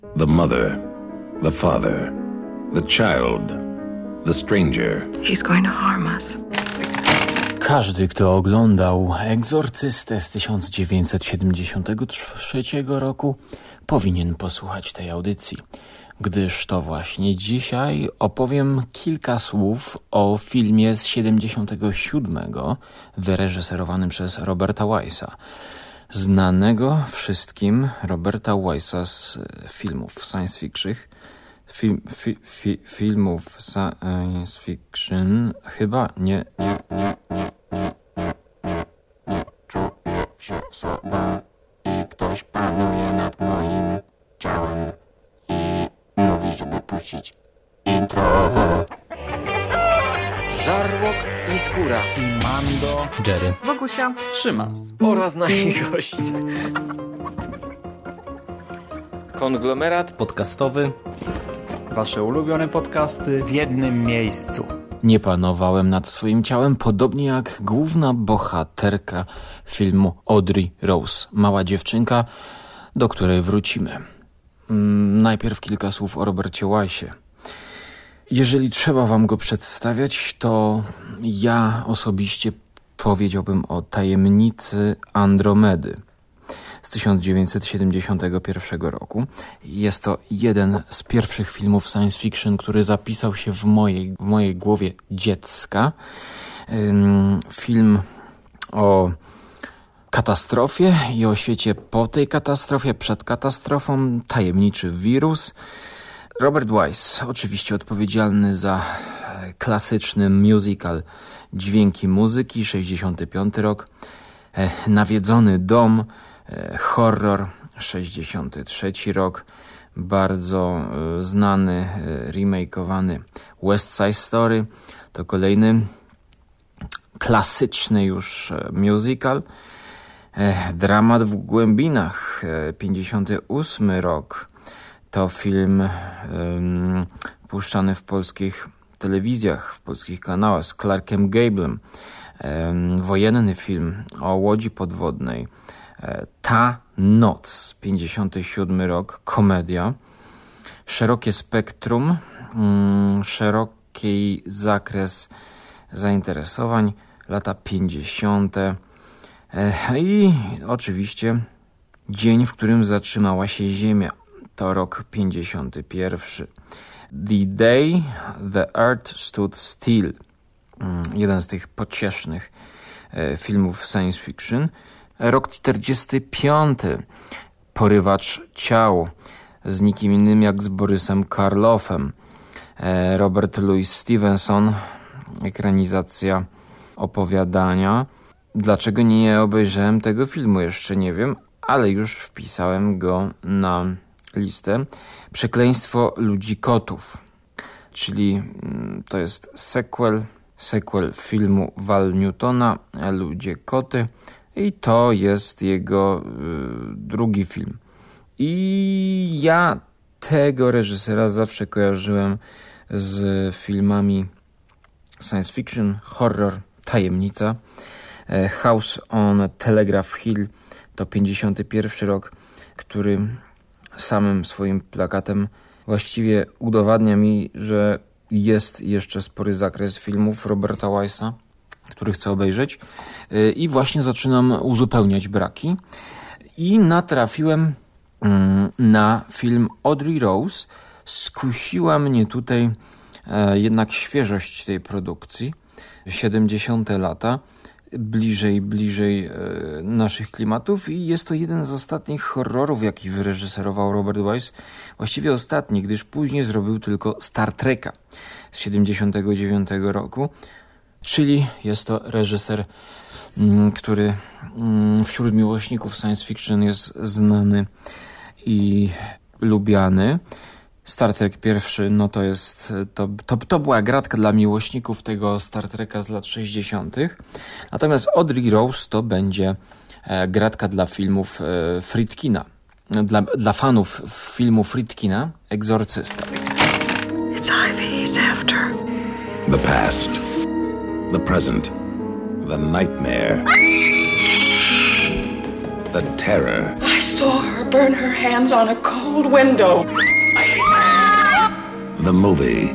The mother, the father, the child, the stranger. He's going to harm us. Każdy, kto oglądał Egzorcystę z 1973 roku, powinien posłuchać tej audycji, gdyż to właśnie dzisiaj opowiem kilka słów o filmie z 1977 wyreżyserowanym przez Roberta Weissa. Znanego wszystkim Roberta Weissa z filmów science fiction. Filmów science fiction. Chyba nie czuję się sobą i ktoś panuje nad moim ciałem i mówi, żeby puścić intro. Żarłok i Skóra I Mando, Jerry, Wokusia, Szymas oraz nasi goście. Konglomerat podcastowy. Wasze ulubione podcasty w jednym miejscu. Nie panowałem nad swoim ciałem, podobnie jak główna bohaterka filmu Audrey Rose, mała dziewczynka, do której wrócimy. Najpierw kilka słów o Robercie Weissie. Jeżeli trzeba wam go przedstawiać, to ja osobiście powiedziałbym o Tajemnicy Andromedy z 1971 roku. Jest to jeden z pierwszych filmów science fiction, który zapisał się w mojej głowie dziecka. Film o katastrofie i o świecie po tej katastrofie, przed katastrofą, tajemniczy wirus. Robert Weiss, oczywiście odpowiedzialny za klasyczny musical Dźwięki muzyki, 65 rok, Nawiedzony dom, horror, 63 rok, bardzo znany, remakeowany West Side Story, to kolejny klasyczny już musical, Dramat w głębinach, 58 rok, to film puszczany w polskich telewizjach, w polskich kanałach z Clarkiem Gablem, wojenny film o łodzi podwodnej, Ta noc, 57 rok, komedia, szerokie spektrum, szeroki zakres zainteresowań, lata 50. I oczywiście dzień, w którym zatrzymała się Ziemia, to rok 51. The Day the Earth Stood Still, jeden z tych pociesznych filmów science fiction. Rok 45. Porywacz ciał, z nikim innym jak z Borysem Karloffem. Robert Louis Stevenson, ekranizacja opowiadania. Dlaczego nie obejrzałem tego filmu? Jeszcze nie wiem, ale już wpisałem go na listę. Przekleństwo ludzi kotów, czyli to jest sequel filmu Val Newtona Ludzie koty i to jest jego drugi film. I ja tego reżysera zawsze kojarzyłem z filmami science fiction, horror, tajemnica. House on Telegraph Hill to 51 rok, który samym swoim plakatem właściwie udowadnia mi, że jest jeszcze spory zakres filmów Roberta Weissa, który chcę obejrzeć, i właśnie zaczynam uzupełniać braki i natrafiłem na film Audrey Rose. Skusiła mnie tutaj jednak świeżość tej produkcji, 70. lata, bliżej naszych klimatów, i jest to jeden z ostatnich horrorów, jaki wyreżyserował Robert Weiss. Właściwie ostatni, gdyż później zrobił tylko Star Treka z 79 roku, czyli jest to reżyser, który wśród miłośników science fiction jest znany i lubiany. Star Trek pierwszy, no to jest, to była gratka dla miłośników tego Star Treka z lat 60. Natomiast Audrey Rose to będzie gratka dla filmów Friedkina, dla fanów filmu Friedkina, Egzorcysta. It's Ivy he's after. The past, the present, the nightmare, the terror. My saw her burn her hands on a cold window. The movie.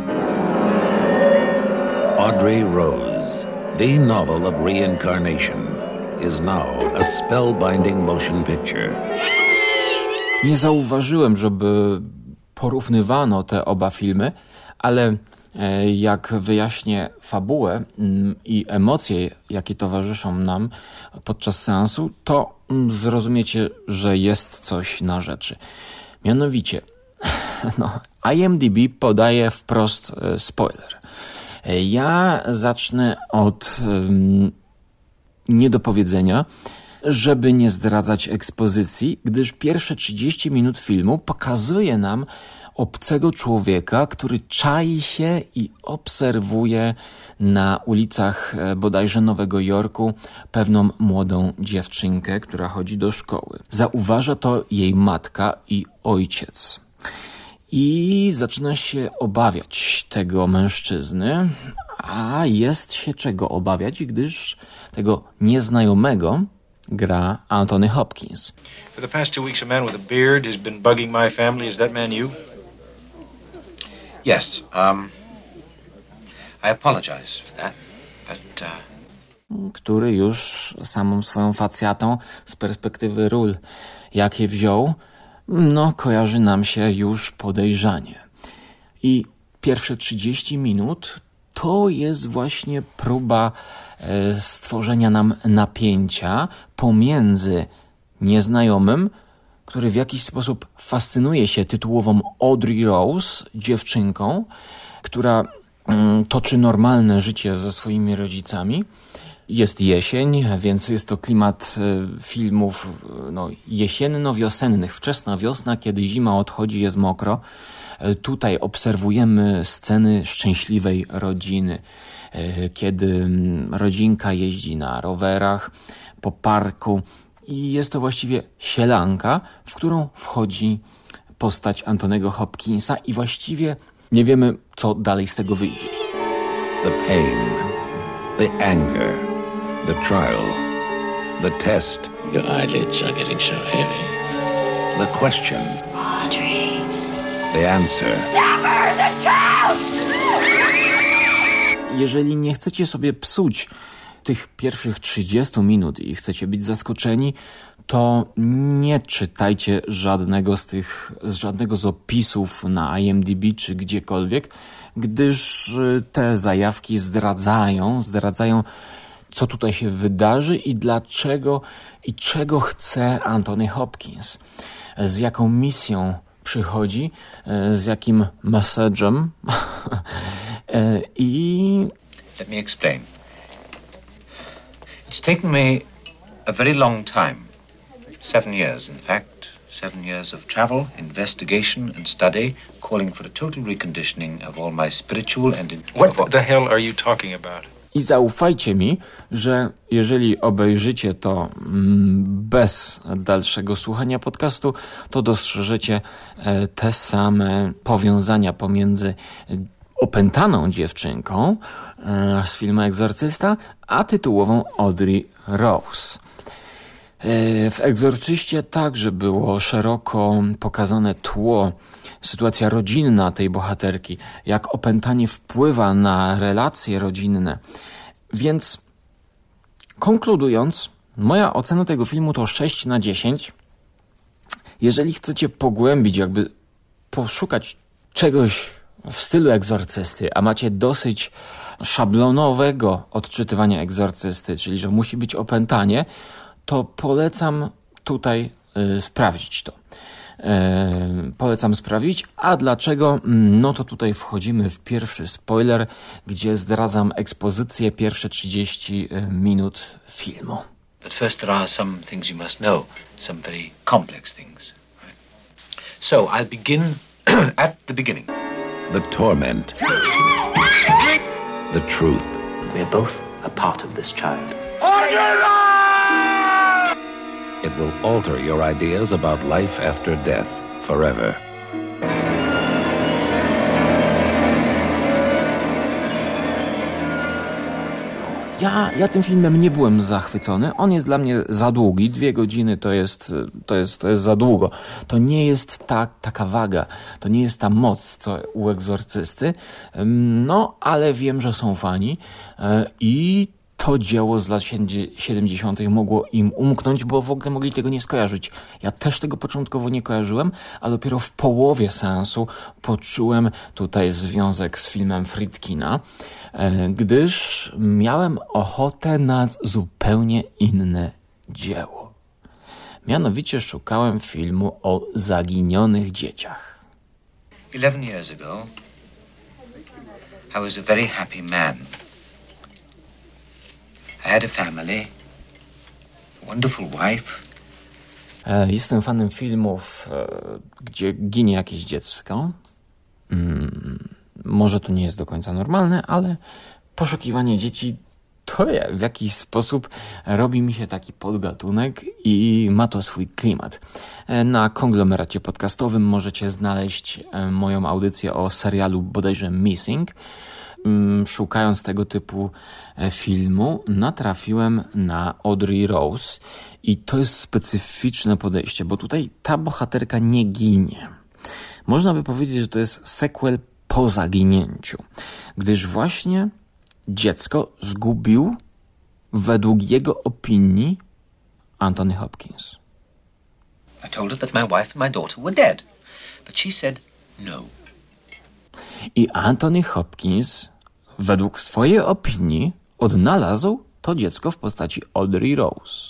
Audrey Rose, the novel of reincarnation, is now a spellbinding motion picture. Nie zauważyłem, żeby porównywano te oba filmy, ale jak wyjaśnię fabułę i emocje, jakie towarzyszą nam podczas seansu, to zrozumiecie, że jest coś na rzeczy. Mianowicie, IMDb podaje wprost spoiler. Ja zacznę od niedopowiedzenia, żeby nie zdradzać ekspozycji, gdyż pierwsze 30 minut filmu pokazuje nam obcego człowieka, który czai się i obserwuje na ulicach bodajże Nowego Jorku pewną młodą dziewczynkę, która chodzi do szkoły. Zauważa to jej matka i ojciec. I zaczyna się obawiać tego mężczyzny, a jest się czego obawiać, gdyż tego nieznajomego gra Anthony Hopkins. For the past 2 weeks, a man with a beard has been bugging my family. Is that man you? Yes, I apologize for that, but Który już samą swoją facjatą z perspektywy ról, jakie wziął, kojarzy nam się już podejrzanie. I pierwsze 30 minut to jest właśnie próba stworzenia nam napięcia pomiędzy nieznajomym, który w jakiś sposób fascynuje się tytułową Audrey Rose, dziewczynką, która toczy normalne życie ze swoimi rodzicami. Jest jesień, więc jest to klimat filmów jesienno-wiosennych, wczesna wiosna, kiedy zima odchodzi, jest mokro. Tutaj obserwujemy sceny szczęśliwej rodziny, kiedy rodzinka jeździ na rowerach po parku i jest to właściwie sielanka, w którą wchodzi postać Anthony'ego Hopkinsa i właściwie nie wiemy, co dalej z tego wyjdzie. The pain, the anger, the trial, the test. Your eyelids are getting so heavy. The question. Audrey. The answer. Never the child! Jeżeli nie chcecie sobie psuć tych pierwszych 30 minut i chcecie być zaskoczeni, to nie czytajcie żadnego z opisów na IMDb czy gdziekolwiek, gdyż te zajawki zdradzają, co tutaj się wydarzy i dlaczego i czego chce Anthony Hopkins, z jaką misją przychodzi, z jakim message'em i... let me explain. It's taken me a very long time, 7 years in fact, 7 years of travel, investigation and study, calling for a total reconditioning of all my spiritual and... What the hell are you talking about? I zaufajcie mi, że jeżeli obejrzycie to bez dalszego słuchania podcastu, to dostrzeżecie te same powiązania pomiędzy opętaną dziewczynką z filmu Egzorcysta, a tytułową Audrey Rose. W Egzorcyście także było szeroko pokazane tło, sytuacja rodzinna tej bohaterki, jak opętanie wpływa na relacje rodzinne. Więc konkludując, moja ocena tego filmu to 6/10. Jeżeli chcecie pogłębić, jakby poszukać czegoś w stylu Egzorcysty, a macie dosyć szablonowego odczytywania Egzorcysty, czyli że musi być opętanie, to polecam tutaj sprawdzić to. Polecam sprawdzić. A dlaczego? No to tutaj wchodzimy w pierwszy spoiler, gdzie zdradzam ekspozycję, pierwsze 30 minut filmu. But first there are some things you must know, some very complex things. Right? So I'll begin at the beginning. The torment. The truth. We're both a part of this child. It will alter your ideas about life after death forever. Ja tym filmem nie byłem zachwycony. On jest dla mnie za długi. 2 godziny to jest za długo. To nie jest taka waga. To nie jest ta moc, co u Egzorcysty. No, ale wiem, że są fani i to dzieło z lat 70. mogło im umknąć, bo w ogóle mogli tego nie skojarzyć. Ja też tego początkowo nie kojarzyłem, a dopiero w połowie seansu poczułem tutaj związek z filmem Friedkina, gdyż miałem ochotę na zupełnie inne dzieło. Mianowicie szukałem filmu o zaginionych dzieciach. 11 years ago, I was a very happy man. I had a family, a wonderful wife. Jestem fanem filmów, gdzie ginie jakieś dziecko. Może to nie jest do końca normalne, ale poszukiwanie dzieci to w jakiś sposób robi mi się taki podgatunek i ma to swój klimat. Na konglomeracie podcastowym możecie znaleźć moją audycję o serialu bodajże Missing. Szukając tego typu filmu natrafiłem na Audrey Rose i to jest specyficzne podejście, bo tutaj ta bohaterka nie ginie. Można by powiedzieć, że to jest sequel po zaginięciu, gdyż właśnie dziecko zgubił według jego opinii Anthony Hopkins. I told her that my wife and my daughter were dead, but she said no. I Anthony Hopkins według swojej opinii odnalazł to dziecko w postaci Audrey Rose.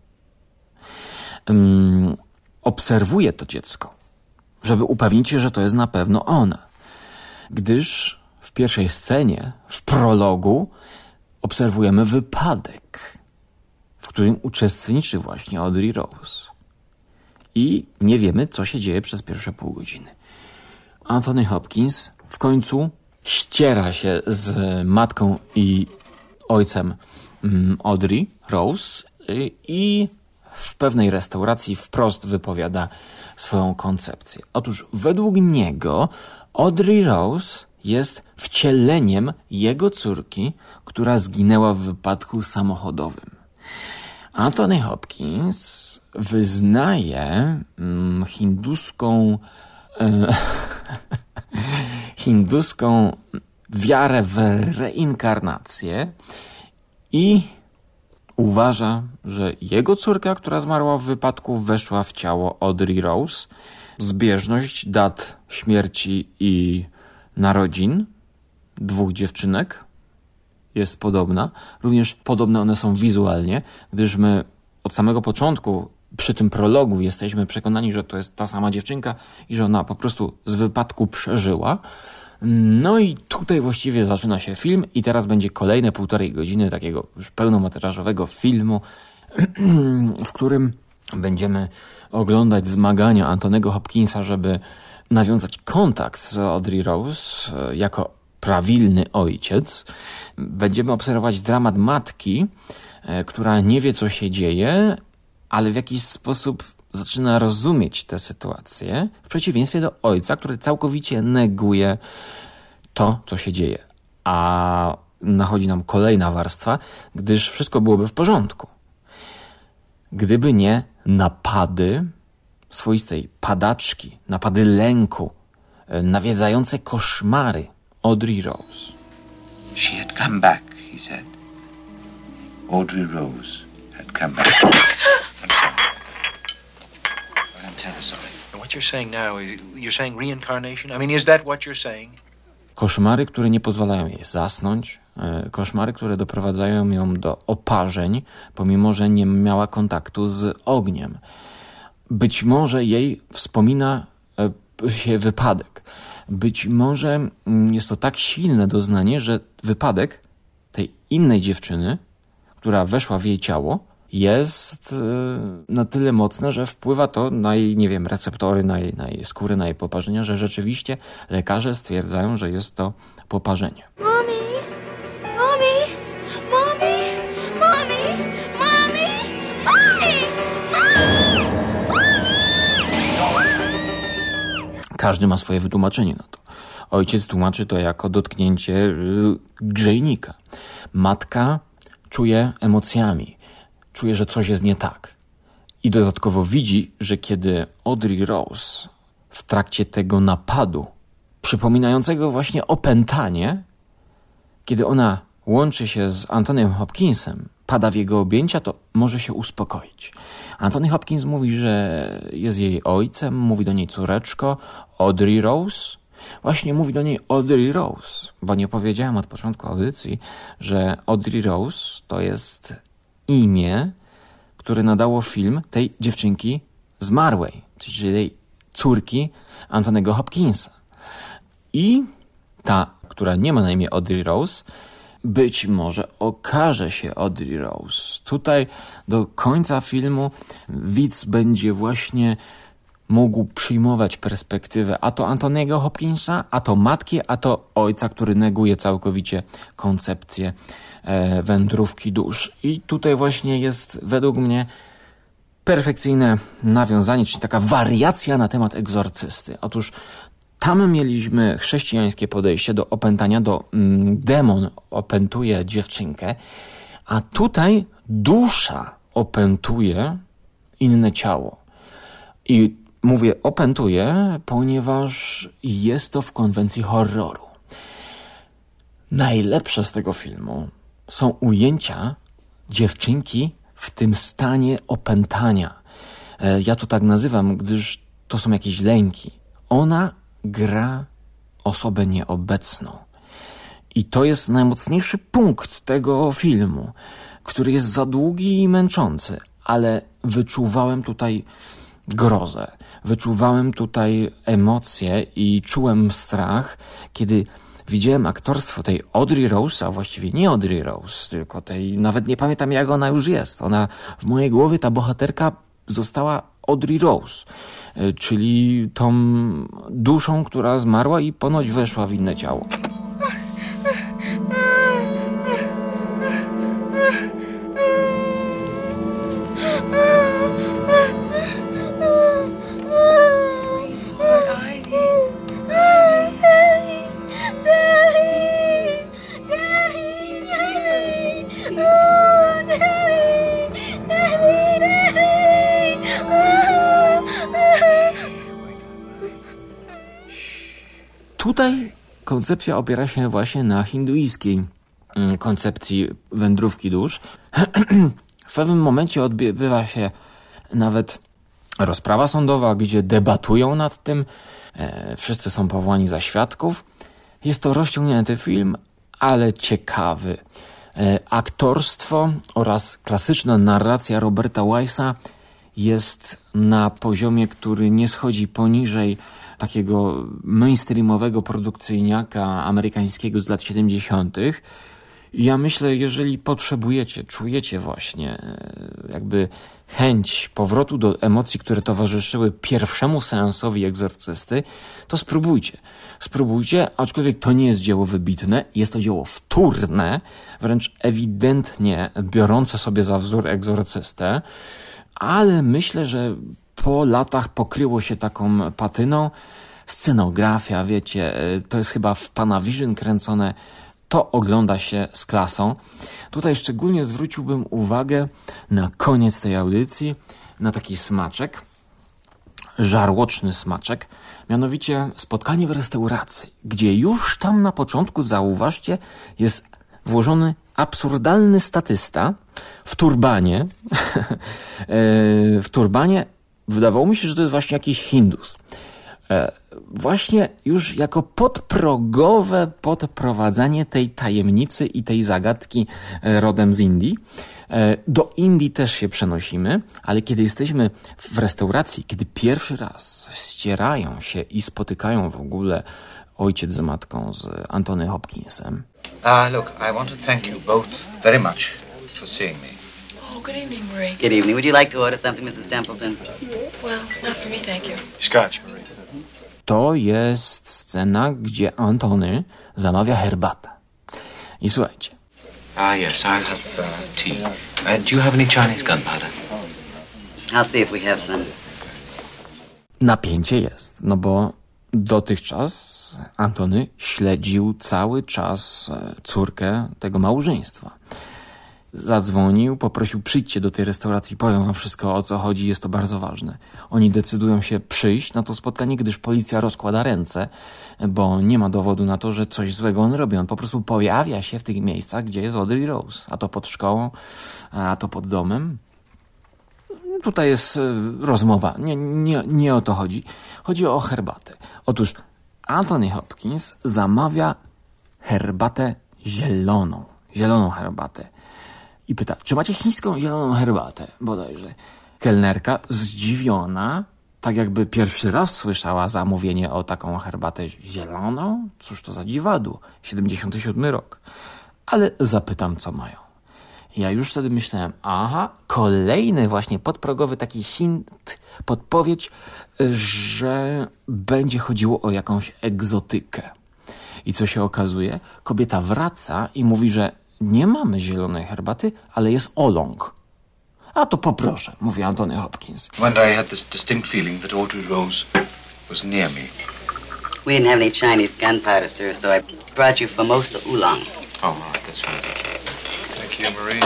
Obserwuje to dziecko, żeby upewnić się, że to jest na pewno ona. Gdyż w pierwszej scenie, w prologu, obserwujemy wypadek, w którym uczestniczy właśnie Audrey Rose. I nie wiemy, co się dzieje przez pierwsze pół godziny. Anthony Hopkins w końcu ściera się z matką i ojcem Audrey Rose i w pewnej restauracji wprost wypowiada swoją koncepcję. Otóż według niego Audrey Rose jest wcieleniem jego córki, która zginęła w wypadku samochodowym. Anthony Hopkins wyznaje hinduską wiarę w reinkarnację i uważa, że jego córka, która zmarła w wypadku, weszła w ciało Audrey Rose. Zbieżność dat śmierci i narodzin 2 dziewczynek jest podobna. Również podobne one są wizualnie, gdyż my od samego początku przy tym prologu jesteśmy przekonani, że to jest ta sama dziewczynka i że ona po prostu z wypadku przeżyła. No i tutaj właściwie zaczyna się film i teraz będzie kolejne 1,5 godziny takiego już pełnometrażowego filmu, w którym będziemy oglądać zmagania Antonego Hopkinsa, żeby nawiązać kontakt z Audrey Rose jako prawilny ojciec. Będziemy obserwować dramat matki, która nie wie, co się dzieje, ale w jakiś sposób zaczyna rozumieć tę sytuację, w przeciwieństwie do ojca, który całkowicie neguje to, co się dzieje. A nachodzi nam kolejna warstwa, gdyż wszystko byłoby w porządku, gdyby nie napady swoistej padaczki, napady lęku, nawiedzające koszmary Audrey Rose. She had come back, he said. Audrey Rose had come back. I'm terribly sorry. What you're saying now, you're saying reincarnation? I mean, is that what you're saying? Koszmary, które nie pozwalają jej zasnąć, koszmary, które doprowadzają ją do oparzeń, pomimo że nie miała kontaktu z ogniem. Być może jej wspomina się wypadek. Być może jest to tak silne doznanie, że wypadek tej innej dziewczyny, która weszła w jej ciało, jest na tyle mocne, że wpływa to na jej, nie wiem, receptory, na jej skórę, na jej poparzenia, że rzeczywiście lekarze stwierdzają, że jest to poparzenie. Mommy! Mommy! Mommy! Mommy! Mommy! Mommy! Każdy ma swoje wytłumaczenie na to. Ojciec tłumaczy to jako dotknięcie grzejnika. Matka czuje emocjami, czuje, że coś jest nie tak. I dodatkowo widzi, że kiedy Audrey Rose w trakcie tego napadu, przypominającego właśnie opętanie, kiedy ona łączy się z Anthony'm Hopkinsem, pada w jego objęcia, to może się uspokoić. Anthony Hopkins mówi, że jest jej ojcem, mówi do niej córeczko, Audrey Rose. Właśnie mówi do niej Audrey Rose, bo nie powiedziałem od początku audycji, że Audrey Rose to jest imię, które nadało film tej dziewczynki zmarłej, czyli tej córki Anthony'ego Hopkinsa. I ta, która nie ma na imię Audrey Rose, być może okaże się Audrey Rose. Tutaj do końca filmu widz będzie właśnie mógł przyjmować perspektywę a to Anthony'ego Hopkinsa, a to matki, a to ojca, który neguje całkowicie koncepcję wędrówki dusz. I tutaj właśnie jest według mnie perfekcyjne nawiązanie, czyli taka wariacja na temat egzorcysty. Otóż tam mieliśmy chrześcijańskie podejście do opętania, demon opętuje dziewczynkę, a tutaj dusza opętuje inne ciało. I mówię opętuje, ponieważ jest to w konwencji horroru. Najlepsze z tego filmu są ujęcia dziewczynki w tym stanie opętania. Ja to tak nazywam, gdyż to są jakieś lęki. Ona gra osobę nieobecną. I to jest najmocniejszy punkt tego filmu, który jest za długi i męczący, ale wyczuwałem tutaj grozę. Wyczuwałem tutaj emocje i czułem strach, kiedy widziałem aktorstwo tej Audrey Rose, a właściwie nie Audrey Rose, tylko tej, nawet nie pamiętam jak ona już jest. Ona w mojej głowie, ta bohaterka została Audrey Rose, czyli tą duszą, która zmarła i ponoć weszła w inne ciało. Tutaj koncepcja opiera się właśnie na hinduiskiej koncepcji wędrówki dusz. W pewnym momencie odbywa się nawet rozprawa sądowa, gdzie debatują nad tym. Wszyscy są powołani za świadków. Jest to rozciągnięty film, ale ciekawy. Aktorstwo oraz klasyczna narracja Roberta Wise'a jest na poziomie, który nie schodzi poniżej takiego mainstreamowego produkcyjniaka amerykańskiego z lat 70. Ja myślę, jeżeli potrzebujecie, czujecie właśnie jakby chęć powrotu do emocji, które towarzyszyły pierwszemu seansowi egzorcysty, to spróbujcie. Spróbujcie, aczkolwiek to nie jest dzieło wybitne, jest to dzieło wtórne, wręcz ewidentnie biorące sobie za wzór egzorcystę, ale myślę, że po latach pokryło się taką patyną. Scenografia, wiecie, to jest chyba w Panavision kręcone, to ogląda się z klasą. Tutaj szczególnie zwróciłbym uwagę na koniec tej audycji, na taki smaczek, żarłoczny smaczek, mianowicie spotkanie w restauracji, gdzie już tam na początku, zauważcie, jest włożony absurdalny statysta w turbanie. W turbanie wydawało mi się, że to jest właśnie jakiś Hindus. Właśnie już jako podprogowe podprowadzanie tej tajemnicy i tej zagadki rodem z Indii. Do Indii też się przenosimy, ale kiedy jesteśmy w restauracji, kiedy pierwszy raz ścierają się i spotykają w ogóle ojciec z matką, z Anthony Hopkinsem. Look, I want to thank you both very much for seeing me. Good evening, Marie. Good evening. Would you like to order something, Mrs. Templeton? Well, not for me, thank you. Scotch, Marie. To jest scena, gdzie Anthony zamawia herbatę. I słuchajcie. Yes, I'll have tea. Do you have any Chinese gunpowder? I'll see if we have some. Napięcie jest, no bo dotychczas Anthony śledził cały czas córkę tego małżeństwa. Zadzwonił, poprosił, przyjdźcie do tej restauracji, powiem wam wszystko, o co chodzi, jest to bardzo ważne. Oni decydują się przyjść na to spotkanie, gdyż policja rozkłada ręce, bo nie ma dowodu na to, że coś złego on robi. On po prostu pojawia się w tych miejscach, gdzie jest Audrey Rose. A to pod szkołą, a to pod domem. Tutaj jest rozmowa. Nie o to chodzi. Chodzi o herbatę. Otóż Anthony Hopkins zamawia herbatę zieloną. Zieloną herbatę. I pyta, czy macie chińską zieloną herbatę? Bodajże. Kelnerka zdziwiona, tak jakby pierwszy raz słyszała zamówienie o taką herbatę zieloną. Cóż to za dziwadło. 77 rok. Ale zapytam, co mają. Ja już wtedy myślałem, kolejny właśnie podprogowy taki hint, podpowiedź, że będzie chodziło o jakąś egzotykę. I co się okazuje? Kobieta wraca i mówi, że nie mamy zielonej herbaty, ale jest oolong. A to poproszę, mówi Anthony Hopkins. One day I had this distinct feeling that Audrey Rose was near me. We didn't have any Chinese gunpowder, sir, so I brought you Formosa oolong. Oh, all right, that's fine. Thank you, Marie.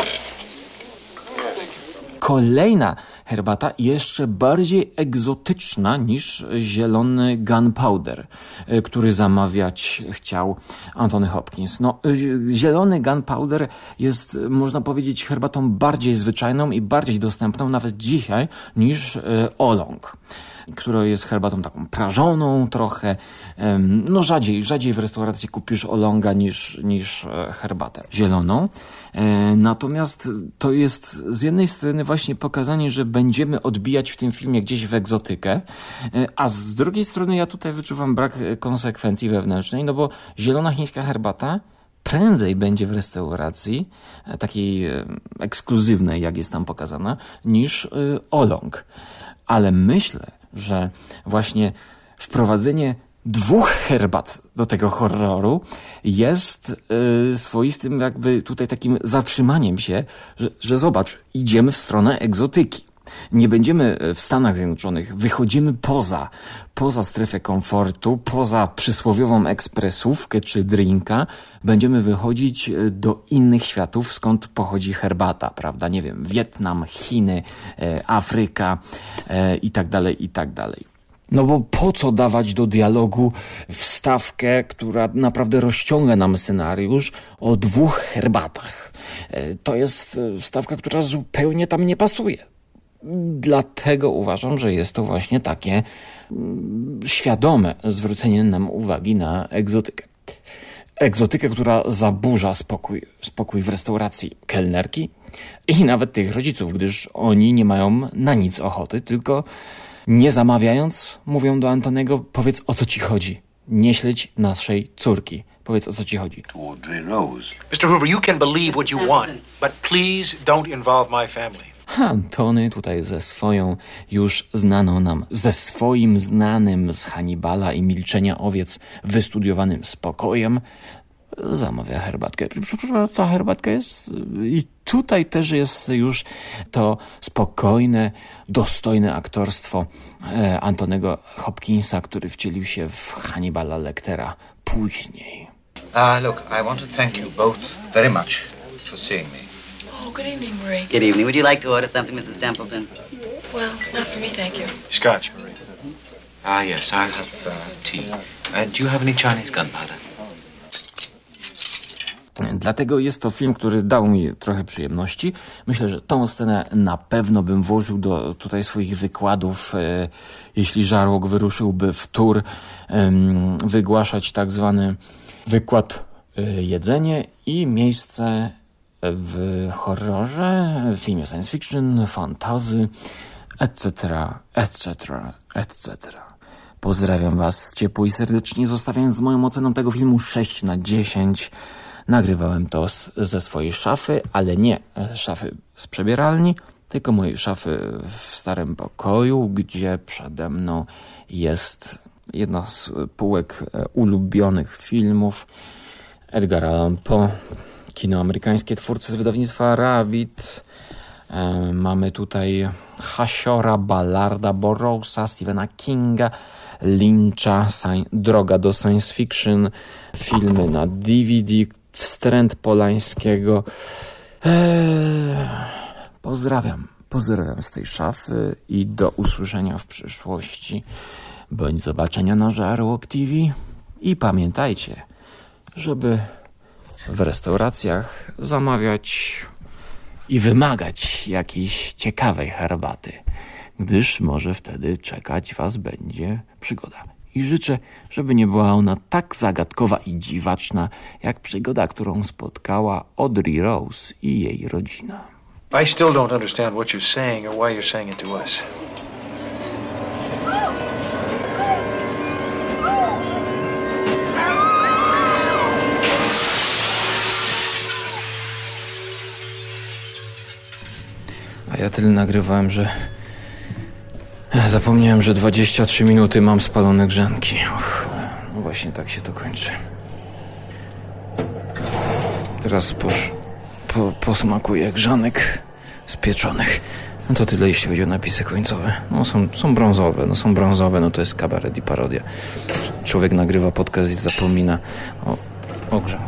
Kolejna herbata jeszcze bardziej egzotyczna niż zielony gunpowder, który zamawiać chciał Anthony Hopkins. No, zielony gunpowder jest, można powiedzieć, herbatą bardziej zwyczajną i bardziej dostępną nawet dzisiaj niż oolong, która jest herbatą taką prażoną trochę. No rzadziej w restauracji kupisz oolonga niż herbatę zieloną. Natomiast to jest z jednej strony właśnie pokazanie, że będziemy odbijać w tym filmie gdzieś w egzotykę, a z drugiej strony ja tutaj wyczuwam brak konsekwencji wewnętrznej, no bo zielona chińska herbata prędzej będzie w restauracji takiej ekskluzywnej, jak jest tam pokazana, niż oolong. Ale myślę, że właśnie wprowadzenie 2 herbat do tego horroru jest swoistym jakby tutaj takim zatrzymaniem się, że zobacz, idziemy w stronę egzotyki. Nie będziemy w Stanach Zjednoczonych, wychodzimy poza strefę komfortu, poza przysłowiową ekspresówkę czy drinka, będziemy wychodzić do innych światów, skąd pochodzi herbata, prawda? Nie wiem, Wietnam, Chiny, Afryka i tak dalej. No bo po co dawać do dialogu wstawkę, która naprawdę rozciąga nam scenariusz o 2 herbatach? To jest wstawka, która zupełnie tam nie pasuje. Dlatego uważam, że jest to właśnie takie świadome zwrócenie nam uwagi na egzotykę. Egzotykę, która zaburza spokój w restauracji kelnerki i nawet tych rodziców, gdyż oni nie mają na nic ochoty, tylko nie zamawiając, mówią do Antonego, powiedz, o co ci chodzi. Nie śledź naszej córki. Powiedz, o co ci chodzi. To Audrey Rose. Mr. Hoover, you can believe what you want, but please don't involve my family. Antony tutaj ze swoim znanym z Hannibala i Milczenia owiec wystudiowanym spokojem zamawia herbatkę. Ta herbatka jest i tutaj też jest już to spokojne, dostojne aktorstwo Antonego Hopkinsa, który wcielił się w Hannibala Lectera później. Look, I want to thank you both very much for seeing me. Oh, good evening, Marie. Good evening. Would you like to order something, Mrs. Templeton? Well, not for me, thank you. Scotch, Marie. Yes, I'll have tea. Do you have any Chinese gunpowder? Dlatego jest to film, który dał mi trochę przyjemności. Myślę, że tą scenę na pewno bym włożył do tutaj swoich wykładów, jeśli Żarłok wyruszyłby w tour wygłaszać tak zwany wykład jedzenie i miejsce w horrorze, w filmie science fiction, fantasy, etc., etc., etc. Pozdrawiam Was ciepło i serdecznie, zostawiając moją oceną tego filmu 6/10. Nagrywałem to ze swojej szafy, ale nie szafy z przebieralni, tylko mojej szafy w starym pokoju, gdzie przede mną jest jedna z półek ulubionych filmów Edgara Allan Poe, kino amerykańskie, twórcy z wydawnictwa Rabbit. Mamy tutaj Hasiora, Ballarda, Burroughsa, Stephena Kinga, Lyncha, droga do science fiction, filmy na DVD, wstręt Polańskiego, Pozdrawiam z tej szafy i do usłyszenia w przyszłości, bądź zobaczenia na Żarłok TV. I pamiętajcie, żeby w restauracjach zamawiać i wymagać jakiejś ciekawej herbaty, gdyż może wtedy czekać was będzie przygoda. I życzę, żeby nie była ona tak zagadkowa i dziwaczna, jak przygoda, którą spotkała Audrey Rose i jej rodzina. I still don't understand what you're saying or why you're saying it to us. A ja tyle nagrywałem, że zapomniałem, że 23 minuty mam spalone grzanki. No właśnie tak się to kończy. Teraz posmakuję grzanek spieczonych. No to tyle, jeśli chodzi o napisy końcowe. No są brązowe, no to jest kabaret i parodia. Człowiek nagrywa podcast i zapomina o grzankach.